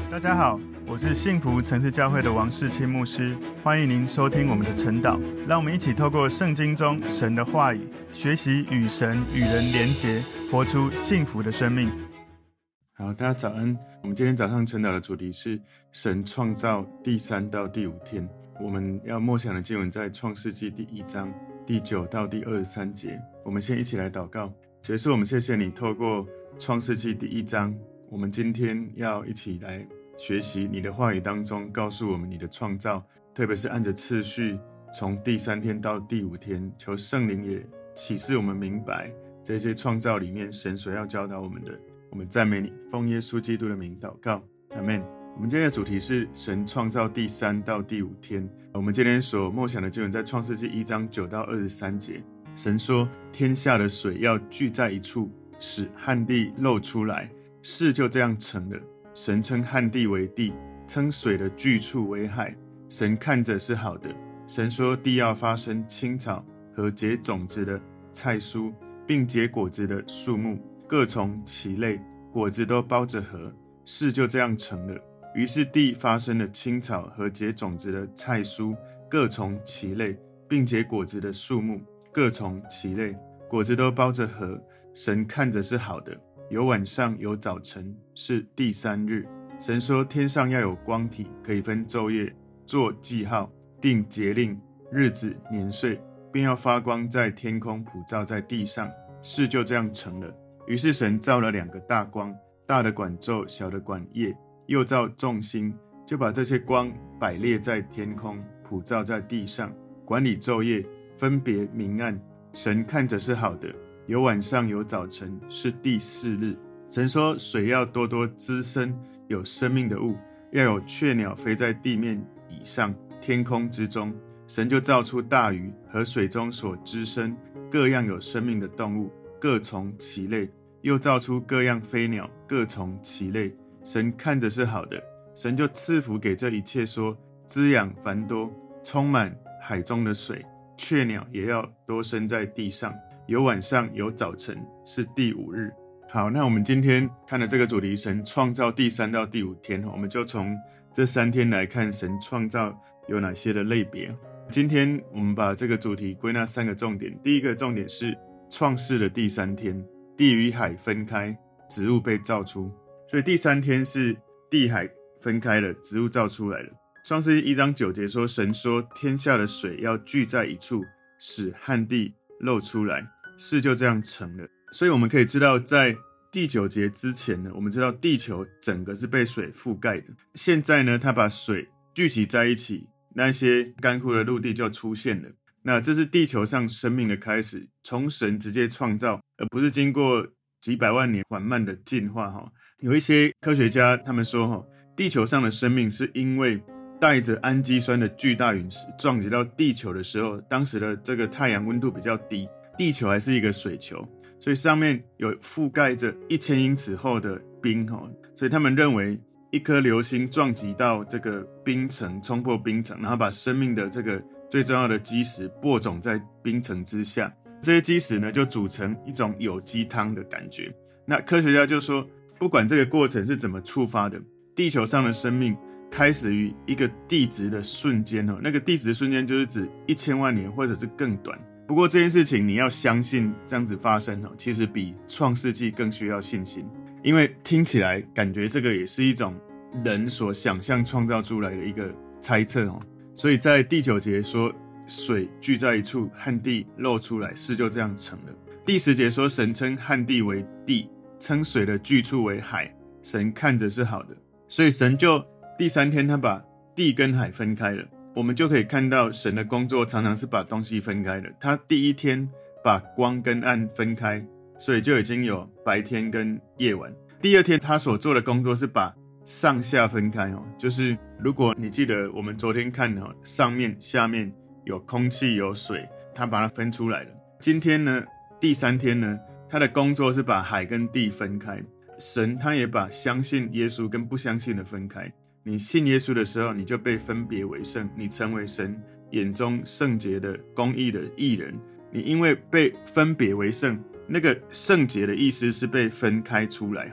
大家好，我是幸福城市教会的王世清牧师，欢迎您收听我们的晨祷。让我们一起透过圣经中神的话语，学习与神与人连结，活出幸福的生命。好，大家早安。我们今天早上晨祷的主题是神创造第3到第5天。我们要默想的经文在创世纪第1章第9到第23节。我们先一起来祷告。主耶稣，我们谢谢你透过创世纪第1章，我们今天要一起来学习你的话语当中告诉我们你的创造，特别是按着次序从第3天到第5天，求圣灵也启示我们明白这些创造里面神所要教导我们的。我们赞美你，奉耶稣基督的名祷告，阿们。我们今天的主题是神创造第3到第5天。我们今天所默想的经文在创世纪1章9到23节。神说，天下的水要聚在一处，使旱地露出来，事就这样成了。神称旱地为地，称水的聚处为海。神看着是好的。神说，地要发生青草和结种子的菜蔬，并结果子的树木，各从其类，果子都包着核，事就这样成了。于是地发生了青草和结种子的菜蔬，各从其类，并结果子的树木，各从其类，果子都包着核。神看着是好的。有晚上有早晨，是第3日。神说，天上要有光体，可以分昼夜，做记号，定节令、日子、年岁，并要发光在天空，普照在地上。事就这样成了。于是神造了2个大光，大的管昼，小的管夜，又造众星，就把这些光摆列在天空，普照在地上，管理昼夜，分别明暗。神看着是好的。有晚上有早晨，是第4日。神说，水要多多滋生有生命的物，要有雀鸟飞在地面以上，天空之中。神就造出大鱼和水中所滋生各样有生命的动物，各从其类，又造出各样飞鸟，各从其类。神看着是好的。神就赐福给这一切，说，滋养繁多，充满海中的水，雀鸟也要多生在地上。有晚上有早晨，是第5日。好，那我们今天看的这个主题，神创造第3到第5天，我们就从这3天来看神创造有哪些的类别。今天我们把这个主题归纳3个重点。第一个重点是创世的第3天，地与海分开，植物被造出。所以第3天是地海分开了，植物造出来了。创世1章9节说，神说，天下的水要聚在一处，使旱地露出来，事就这样成了。所以我们可以知道，在第9节之前呢，我们知道地球整个是被水覆盖的。现在呢，它把水聚集在一起，那些干枯的陆地就出现了。那这是地球上生命的开始，从神直接创造，而不是经过几百万年缓慢的进化。有一些科学家他们说，地球上的生命是因为带着氨基酸的巨大陨石撞击到地球的时候，当时的这个太阳温度比较低，地球还是一个水球，所以上面有覆盖着1000英尺厚的冰，所以他们认为一颗流星撞击到这个冰层，冲破冰层，然后把生命的这个最重要的基石播种在冰层之下，这些基石呢就组成一种有机汤的感觉。那科学家就说，不管这个过程是怎么触发的，地球上的生命开始于一个地质的瞬间，那个地质瞬间就是指1000万年或者是更短。不过这件事情你要相信这样子发生，其实比创世纪更需要信心，因为听起来感觉这个也是一种人所想象创造出来的一个猜测。所以在第9节说，水聚在一处，旱地露出来，事就这样成了。第10节说，神称旱地为地，称水的聚处为海，神看着是好的。所以神就第3天他把地跟海分开了。我们就可以看到神的工作常常是把东西分开的。他第1天把光跟暗分开，所以就已经有白天跟夜晚。第2天他所做的工作是把上下分开，就是如果你记得我们昨天看的，上面下面有空气有水，他把它分出来了。今天呢，第3天呢，他的工作是把海跟地分开。神他也把相信耶稣跟不相信的分开。你信耶稣的时候，你就被分别为圣，你成为神眼中圣洁的公义的义人。你因为被分别为圣，那个圣洁的意思是被分开出来，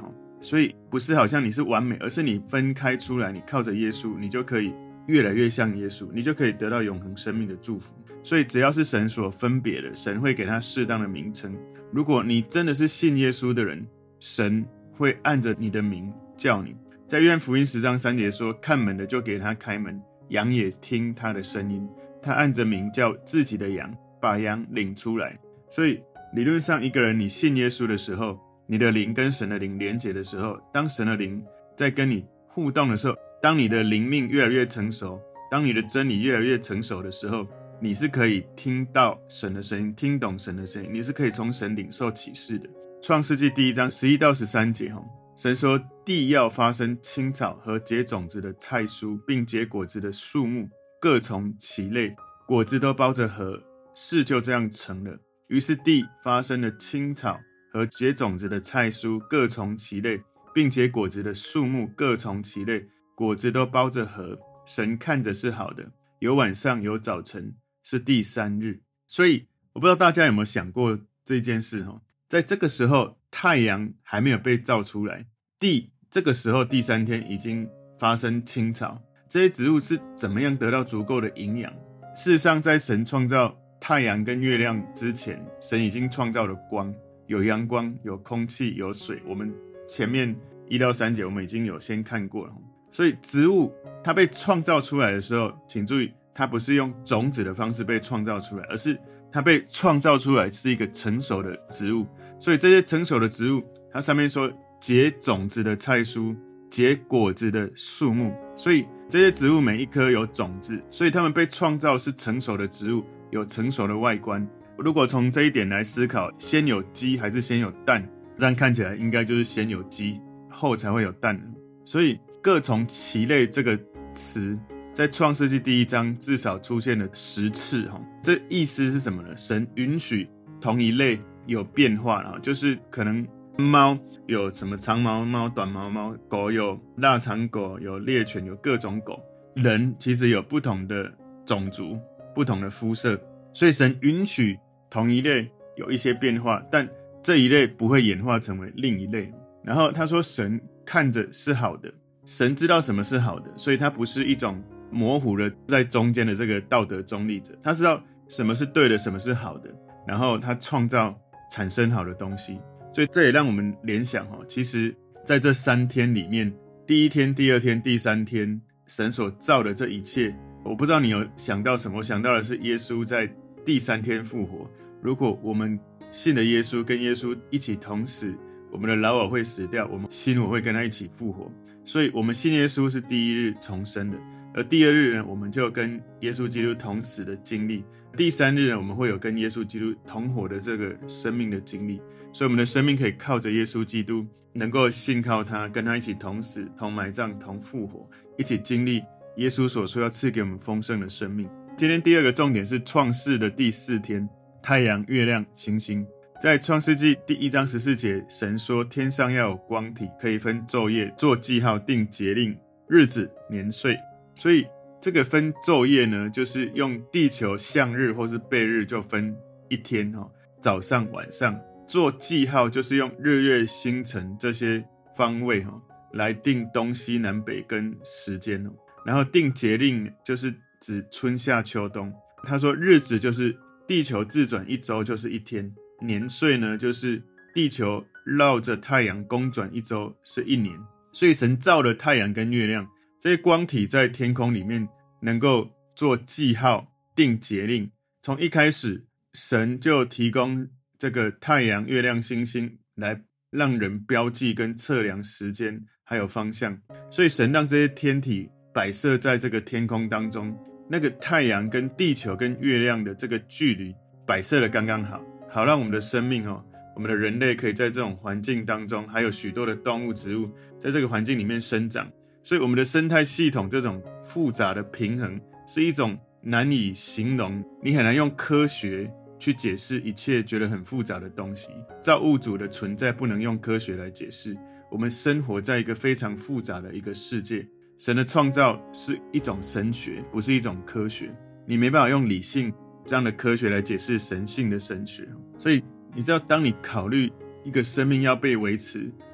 所以不是好像你是完美，而是你分开出来，你靠着耶稣，你就可以越来越像耶稣，你就可以得到永恒生命的祝福。所以只要是神所分别的，神会给他适当的名称。如果你真的是信耶稣的人，神会按着你的名叫你。在约翰福音10章3节说，看门的就给他开门，羊也听他的声音，他按着名叫自己的羊，把羊领出来。所以理论上，一个人你信耶稣的时候，你的灵跟神的灵连结的时候，当神的灵在跟你互动的时候，当你的灵命越来越成熟，当你的真理越来越成熟的时候，你是可以听到神的声音，听懂神的声音，你是可以从神领受启示的。创世纪1章11到13节，神说，地要发生青草和结种子的菜蔬，并结果子的树木，各从其类，果子都包着核，事就这样成了。于是地发生了青草和结种子的菜蔬，各从其类，并结果子的树木，各从其类，果子都包着核。神看着是好的，有晚上有早晨，是第3日。所以我不知道大家有没有想过这件事，在这个时候太阳还没有被造出来，地这个时候第3天已经发生青草，这些植物是怎么样得到足够的营养？事实上，在神创造太阳跟月亮之前，神已经创造了光，有阳光，有空气，有水。我们前面1到3节我们已经有先看过了。所以植物它被创造出来的时候，请注意，它不是用种子的方式被创造出来，而是它被创造出来是一个成熟的植物。所以这些成熟的植物，它上面说结种子的菜蔬，结果子的树木，所以这些植物每一颗有种子，所以它们被创造是成熟的植物，有成熟的外观。如果从这一点来思考，先有鸡还是先有蛋，这样看起来应该就是先有鸡后才会有蛋。所以各从其类这个词在创世纪1章至少出现了10次，这意思是什么呢？神允许同一类有变化，就是可能猫有什么长毛猫、短毛猫，狗有腊肠狗，有猎犬，有各种狗，人其实有不同的种族，不同的肤色，所以神允许同一类有一些变化，但这一类不会演化成为另一类。然后他说神看着是好的，神知道什么是好的，所以他不是一种模糊的在中间的这个道德中立者，他知道什么是对的，什么是好的，然后他创造产生好的东西。所以这也让我们联想，其实在这3天里面，第1天、第2天、第3天，神所造的这一切，我不知道你有想到什么，我想到的是耶稣在第3天复活。如果我们信了耶稣，跟耶稣一起同死，我们的老我会死掉，我们新我会跟他一起复活。所以我们信耶稣是第1日重生的，而第2日呢，我们就跟耶稣基督同死的经历，第3日呢，我们会有跟耶稣基督同活的这个生命的经历。所以我们的生命可以靠着耶稣基督，能够信靠他，跟他一起同死、同埋葬、同复活，一起经历耶稣所说要赐给我们丰盛的生命。今天第2个重点是创世的第4天，太阳、月亮、星星。在创世纪1章14节，神说天上要有光体，可以分昼夜，做记号，定节令、日子、年岁。所以这个分昼夜呢，就是用地球向日或是背日就分1天，早上晚上。做记号就是用日月星辰这些方位来定东西南北跟时间。然后定节令就是指春夏秋冬。他说日子就是地球自转1周就是1天，年岁呢就是地球绕着太阳公转1周是1年。所以神造了太阳跟月亮，这些光体在天空里面能够做记号、定节令。从一开始神就提供这个太阳、月亮、星星来让人标记跟测量时间还有方向。所以神让这些天体摆设在这个天空当中，那个太阳跟地球跟月亮的这个距离摆设得刚刚好，好让我们的生命我们的人类可以在这种环境当中，还有许多的动物植物在这个环境里面生长。所以我们的生态系统这种复杂的平衡是一种难以形容，你很难用科学去解释一切觉得很复杂的东西。造物主的存在不能用科学来解释，我们生活在一个非常复杂的一个世界。神的创造是一种神学，不是一种科学，你没办法用理性这样的科学来解释神性的神学。所以你知道，当你考虑一个生命要被维持，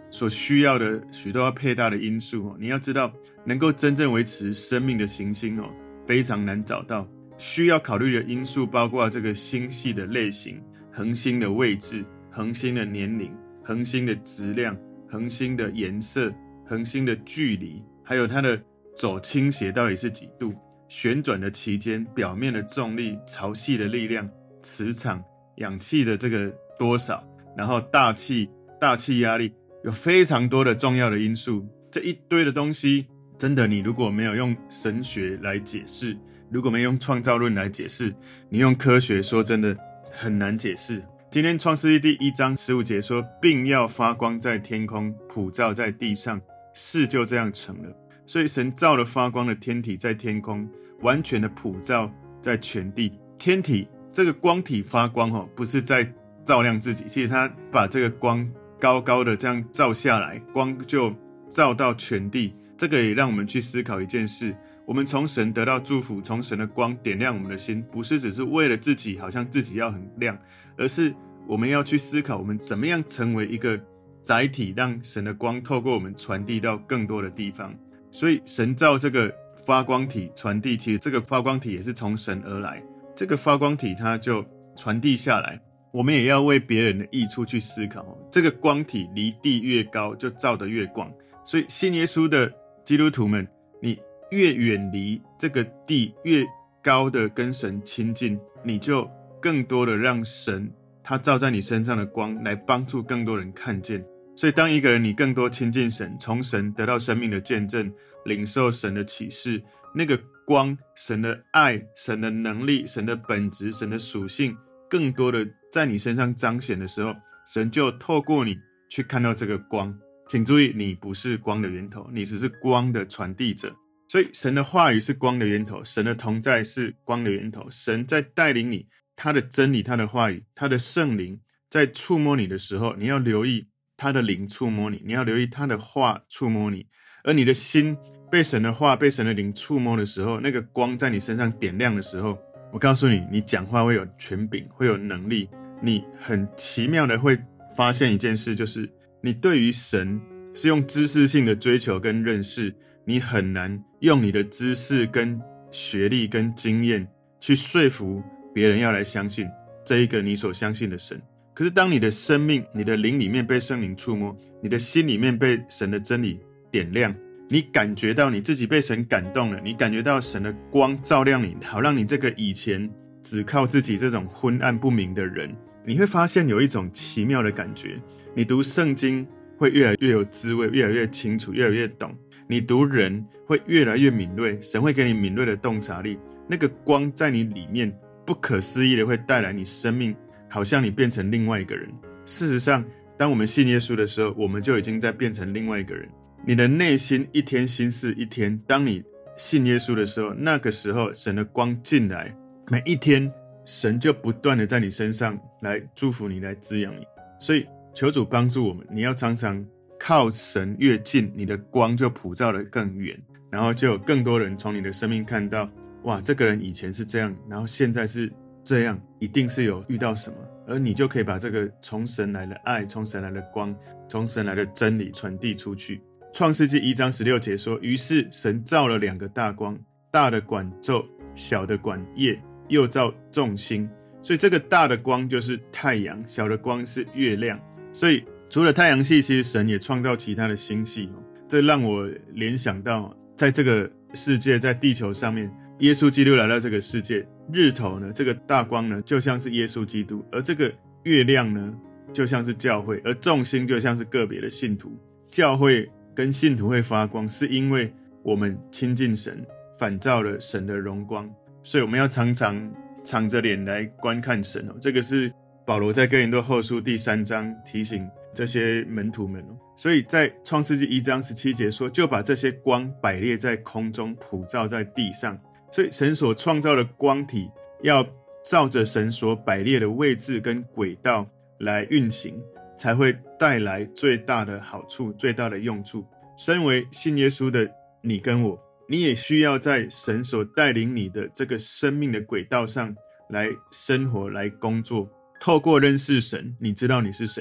所需要的许多要配搭的因素，你要知道能够真正维持生命的行星非常难找到。需要考虑的因素包括这个星系的类型、恒星的位置、恒星的年龄、恒星的质量、恒星的颜色、恒星的距离，还有它的走倾斜到底是几度，旋转的期间，表面的重力、潮汐的力量、磁场、氧气的这个多少，然后大气压力，有非常多的重要的因素。这一堆的东西，真的你如果没有用神学来解释，如果没有用创造论来解释，你用科学说真的很难解释。今天创世纪第1章15节说，并要发光在天空，普照在地上，事就这样成了。所以神造了发光的天体在天空，完全的普照在全地。天体这个光体发光不是在照亮自己，其实它把这个光高高的这样照下来，光就照到全地。这个也让我们去思考一件事，我们从神得到祝福，从神的光点亮我们的心，不是只是为了自己，好像自己要很亮，而是我们要去思考我们怎么样成为一个载体，让神的光透过我们传递到更多的地方。所以神造这个发光体传递，其实这个发光体也是从神而来，这个发光体它就传递下来，我们也要为别人的益处去思考。这个光体离地越高，就照得越广。所以信耶稣的基督徒们，你越远离这个地，越高的跟神亲近，你就更多的让神他照在你身上的光来帮助更多人看见。所以当一个人你更多亲近神，从神得到生命的见证，领受神的启示，那个光，神的爱，神的能力，神的本质，神的属性更多的在你身上彰显的时候，神就透过你去看到这个光。请注意，你不是光的源头，你只是光的传递者。所以神的话语是光的源头，神的同在是光的源头，神在带领你，他的真理，他的话语，他的圣灵在触摸你的时候，你要留意他的灵触摸你，你要留意他的话触摸你。而你的心被神的话，被神的灵触摸的时候，那个光在你身上点亮的时候，我告诉你，你讲话会有权柄，会有能力。你很奇妙的会发现一件事，就是你对于神是用知识性的追求跟认识，你很难用你的知识跟学历跟经验去说服别人要来相信这一个你所相信的神。可是当你的生命，你的灵里面被圣灵触摸，你的心里面被神的真理点亮，你感觉到你自己被神感动了，你感觉到神的光照亮你，好让你这个以前只靠自己这种昏暗不明的人，你会发现有一种奇妙的感觉。你读圣经会越来越有滋味，越来越清楚，越来越懂。你读人会越来越敏锐，神会给你敏锐的洞察力。那个光在你里面不可思议的会带来你生命，好像你变成另外一个人。事实上，当我们信耶稣的时候，我们就已经在变成另外一个人。你的内心一天新事一天，当你信耶稣的时候，那个时候神的光进来，每一天神就不断的在你身上来祝福你，来滋养你。所以求主帮助我们，你要常常靠神越近，你的光就普照得更远，然后就有更多人从你的生命看到，哇，这个人以前是这样，然后现在是这样，一定是有遇到什么，而你就可以把这个从神来的爱，从神来的光，从神来的真理传递出去。创世纪1章16节说，于是神造了2个大光，大的管昼，小的管夜，又造众星。所以这个大的光就是太阳，小的光是月亮。所以除了太阳系，其实神也创造其他的星系。这让我联想到，在这个世界，在地球上面，耶稣基督来到这个世界，日头呢，这个大光呢，就像是耶稣基督，而这个月亮呢，就像是教会，而众星就像是个别的信徒。教会跟信徒会发光，是因为我们亲近神，反照了神的荣光。所以我们要常常敞着脸来观看神。这个是保罗在哥林多后书第3章提醒这些门徒们。所以在创世纪1章17节说，就把这些光摆列在空中，普照在地上。所以神所创造的光体要照着神所摆列的位置跟轨道来运行，才会带来最大的好处，最大的用处。身为信耶稣的你跟我，你也需要在神所带领你的这个生命的轨道上来生活，来工作。透过认识神，你知道你是谁；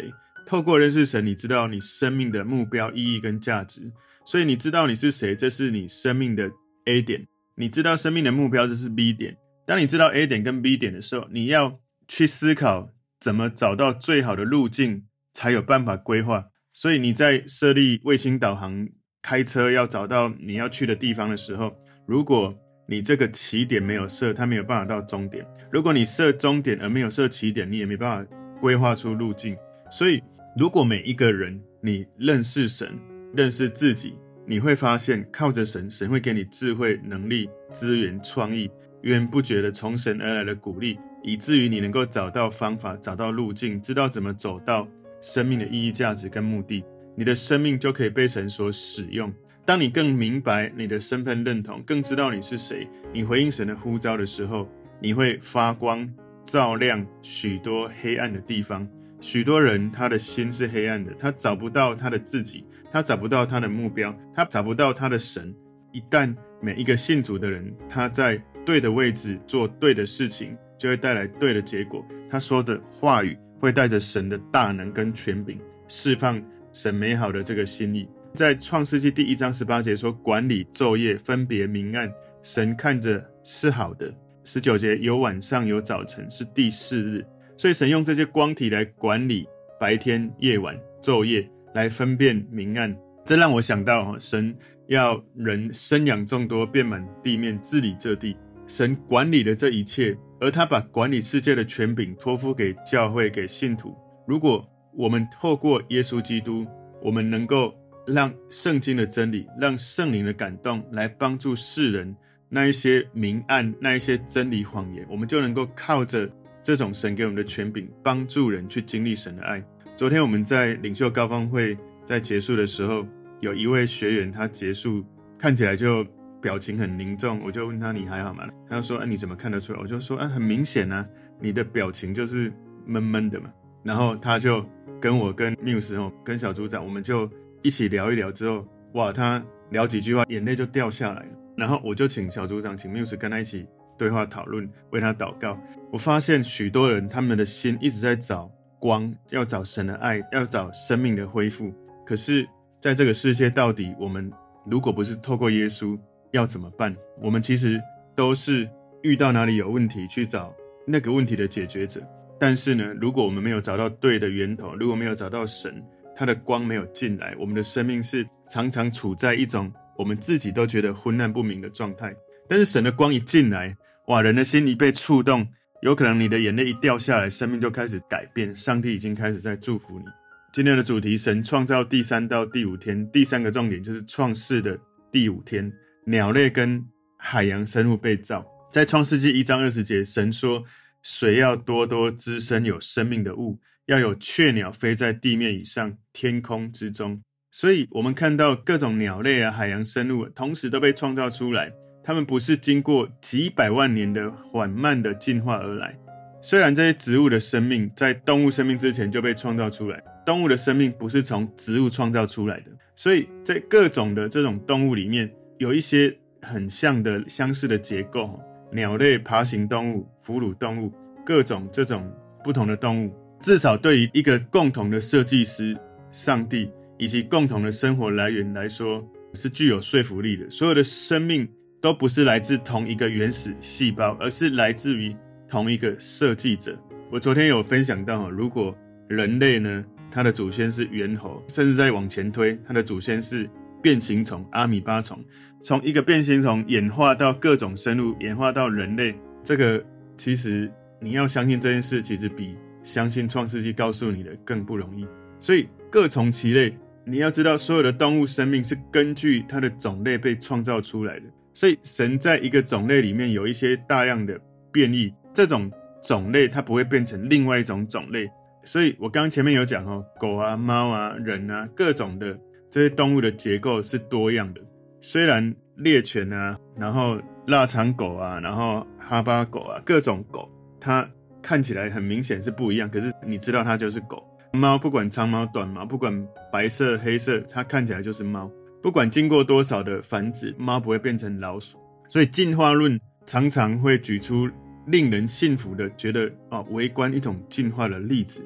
透过认识神，你知道你生命的目标、意义跟价值，所以你知道你是谁，这是你生命的 A 点，你知道生命的目标，这是 B 点。当你知道 A 点跟 B 点的时候，你要去思考怎么找到最好的路径，才有办法规划。所以你在设立卫星导航开车要找到你要去的地方的时候，如果你这个起点没有设，它没有办法到终点。如果你设终点而没有设起点，你也没办法规划出路径。所以如果每一个人你认识神，认识自己，你会发现靠着神，神会给你智慧、能力、资源、创意，源源不绝的从神而来的鼓励，以至于你能够找到方法，找到路径，知道怎么走到生命的意义、价值跟目的，你的生命就可以被神所使用。当你更明白你的身份认同，更知道你是谁，你回应神的呼召的时候，你会发光，照亮许多黑暗的地方。许多人他的心是黑暗的，他找不到他的自己，他找不到他的目标，他找不到他的神。一旦每一个信主的人他在对的位置做对的事情，就会带来对的结果。他说的话语会带着神的大能跟权柄，释放神美好的这个心意。在创世纪第1章18节说，管理昼夜，分别明暗，神看着是好的。19节，有晚上有早晨，是第4日。所以神用这些光体来管理白天、夜晚、昼夜，来分辨明暗。这让我想到神要人生养众多，遍满地面，治理这地。神管理了这一切，而他把管理世界的权柄托付给教会，给信徒。如果我们透过耶稣基督，我们能够让圣经的真理，让圣灵的感动来帮助世人，那一些明暗，那一些真理谎言，我们就能够靠着这种神给我们的权柄，帮助人去经历神的爱。昨天我们在领袖高峰会在结束的时候，有一位学员他结束看起来就表情很凝重，我就问他你还好吗？他就说你怎么看得出来？我就说很明显啊，你的表情就是闷闷的嘛。然后他就跟我跟 Muse 跟小组长，我们就一起聊一聊之后，哇，他聊几句话眼泪就掉下来了。然后我就请小组长请 Muse 跟他一起对话讨论，为他祷告。我发现许多人他们的心一直在找光，要找神的爱，要找生命的恢复。可是在这个世界，到底我们如果不是透过耶稣要怎么办？我们其实都是遇到哪里有问题去找那个问题的解决者。但是呢，如果我们没有找到对的源头，如果没有找到神，他的光没有进来，我们的生命是常常处在一种我们自己都觉得昏暗不明的状态。但是神的光一进来，哇，人的心一被触动，有可能你的眼泪一掉下来，生命就开始改变，上帝已经开始在祝福你。今天的主题，神创造第3到第5天，第3个重点就是创世的第5天，鸟类跟海洋生物被造。在创世纪1章20节，神说水要多多滋生有生命的物，要有雀鸟飞在地面以上，天空之中。所以我们看到各种鸟类海洋生物同时都被创造出来，它们不是经过几百万年的缓慢的进化而来。虽然这些植物的生命在动物生命之前就被创造出来，动物的生命不是从植物创造出来的，所以在各种的这种动物里面，有一些很像的相似的结构，鸟类、爬行动物、哺乳动物，各种这种不同的动物，至少对于一个共同的设计师上帝以及共同的生活来源来说是具有说服力的。所有的生命都不是来自同一个原始细胞，而是来自于同一个设计者。我昨天有分享到，如果人类呢，它的祖先是猿猴，甚至再往前推，它的祖先是变形虫、阿米巴虫，从一个变形虫演化到各种生物，演化到人类，这个其实你要相信这件事，其实比相信创世纪告诉你的更不容易。所以各从其类，你要知道所有的动物生命是根据它的种类被创造出来的。所以神在一个种类里面有一些大量的变异，这种种类它不会变成另外一种种类。所以我刚刚前面有讲狗啊、猫啊、人啊，各种的这些动物的结构是多样的。虽然猎犬啊，然后腊肠狗啊，然后哈巴狗啊，各种狗它看起来很明显是不一样，可是你知道它就是狗。猫不管长毛短毛，不管白色黑色，它看起来就是猫。不管经过多少的繁殖，猫不会变成老鼠。所以进化论常常会举出令人信服的，觉得微观一种进化的例子，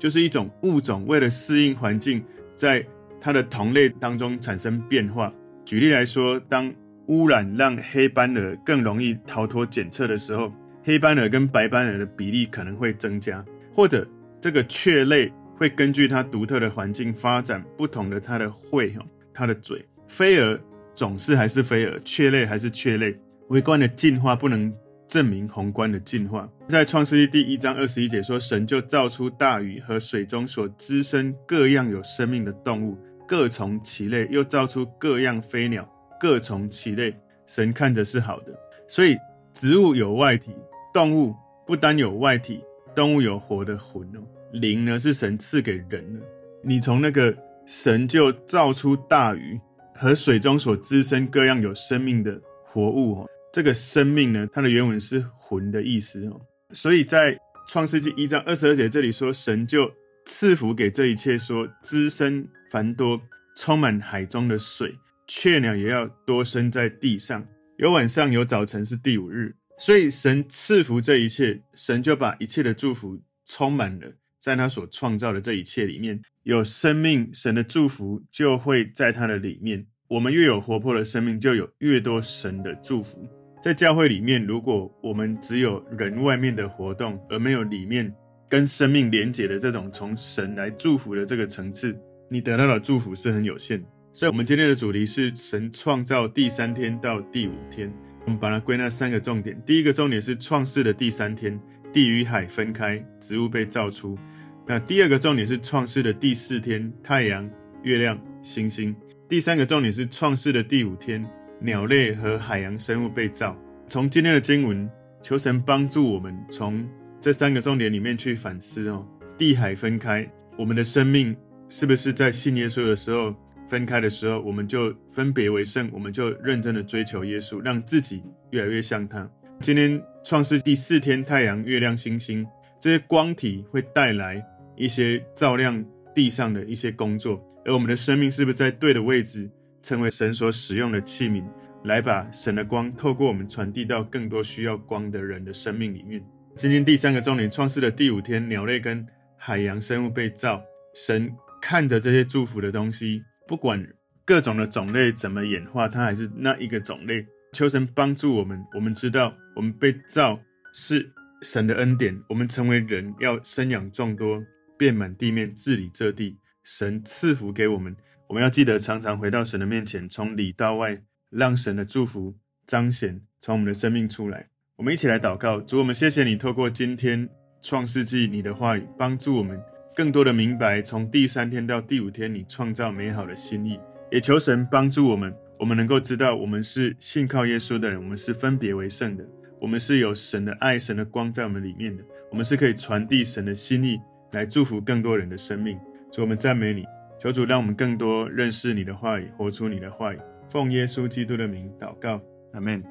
就是一种物种为了适应环境，在它的同类当中产生变化。举例来说，当污染让黑斑蛾更容易逃脱检测的时候，黑斑蛾跟白斑蛾的比例可能会增加，或者这个雀类会根据它独特的环境发展不同的它的喙、它的嘴。飞蛾总是还是飞蛾，雀类还是雀类，微观的进化不能证明宏观的进化。在创世纪第1章21节说，神就造出大鱼和水中所滋生各样有生命的动物，各从其类，又造出各样飞鸟，各从其类，神看着是好的。所以植物有外体，动物不单有外体，动物有活的魂灵呢是神赐给人的。你从那个神就造出大鱼和水中所滋生各样有生命的活物，这个生命呢，它的原文是魂的意思。所以在创世纪1章22节这里说，神就赐福给这一切，说滋生繁多，充满海中的水，雀鸟也要多生在地上，有晚上有早晨，是第5日。所以神赐福这一切，神就把一切的祝福充满了在他所创造的这一切里面。有生命，神的祝福就会在他的里面。我们越有活泼的生命，就有越多神的祝福。在教会里面，如果我们只有人外面的活动，而没有里面跟生命连结的这种从神来祝福的这个层次，你得到的祝福是很有限的。所以我们今天的主题是神创造第3天到第5天，我们把它归纳3个重点。第一个重点是创世的第3天，地与海分开，植物被造出。那第二个重点是创世的第4天，太阳、月亮、星星。第3个重点是创世的第5天，鸟类和海洋生物被造。从今天的经文，求神帮助我们从这3个重点里面去反思地海分开，我们的生命是不是在信耶稣的时候分开的时候，我们就分别为圣，我们就认真的追求耶稣，让自己越来越像他。今天创世第4天，太阳、月亮、星星这些光体会带来一些照亮地上的一些工作，而我们的生命是不是在对的位置，成为神所使用的器皿，来把神的光透过我们传递到更多需要光的人的生命里面。今天第3个重点，创世的第5天，鸟类跟海洋生物被造。神看着这些祝福的东西，不管各种的种类怎么演化，它还是那一个种类。求神帮助我们，我们知道我们被造是神的恩典，我们成为人要生养众多，遍满地面，治理这地。神赐福给我们，我们要记得常常回到神的面前，从里到外，让神的祝福彰显从我们的生命出来。我们一起来祷告。主，我们谢谢你透过今天创世纪你的话语，帮助我们更多的明白从第3天到第5天你创造美好的心意。也求神帮助我们能够知道我们是信靠耶稣的人，我们是分别为圣的，我们是有神的爱、神的光在我们里面的，我们是可以传递神的心意来祝福更多人的生命。主，我们赞美你，求主让我们更多认识你的话语，活出你的话语。奉耶稣基督的名祷告，阿们。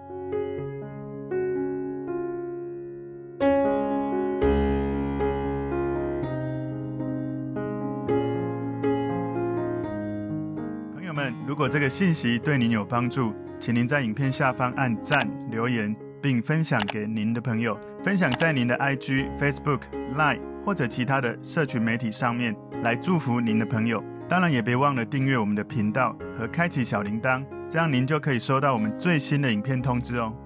如果这个信息对您有帮助，请您在影片下方按赞、留言，并分享给您的朋友，分享在您的 IG、Facebook、Line 或者其他的社群媒体上面，来祝福您的朋友。当然也别忘了订阅我们的频道和开启小铃铛，这样您就可以收到我们最新的影片通知哦。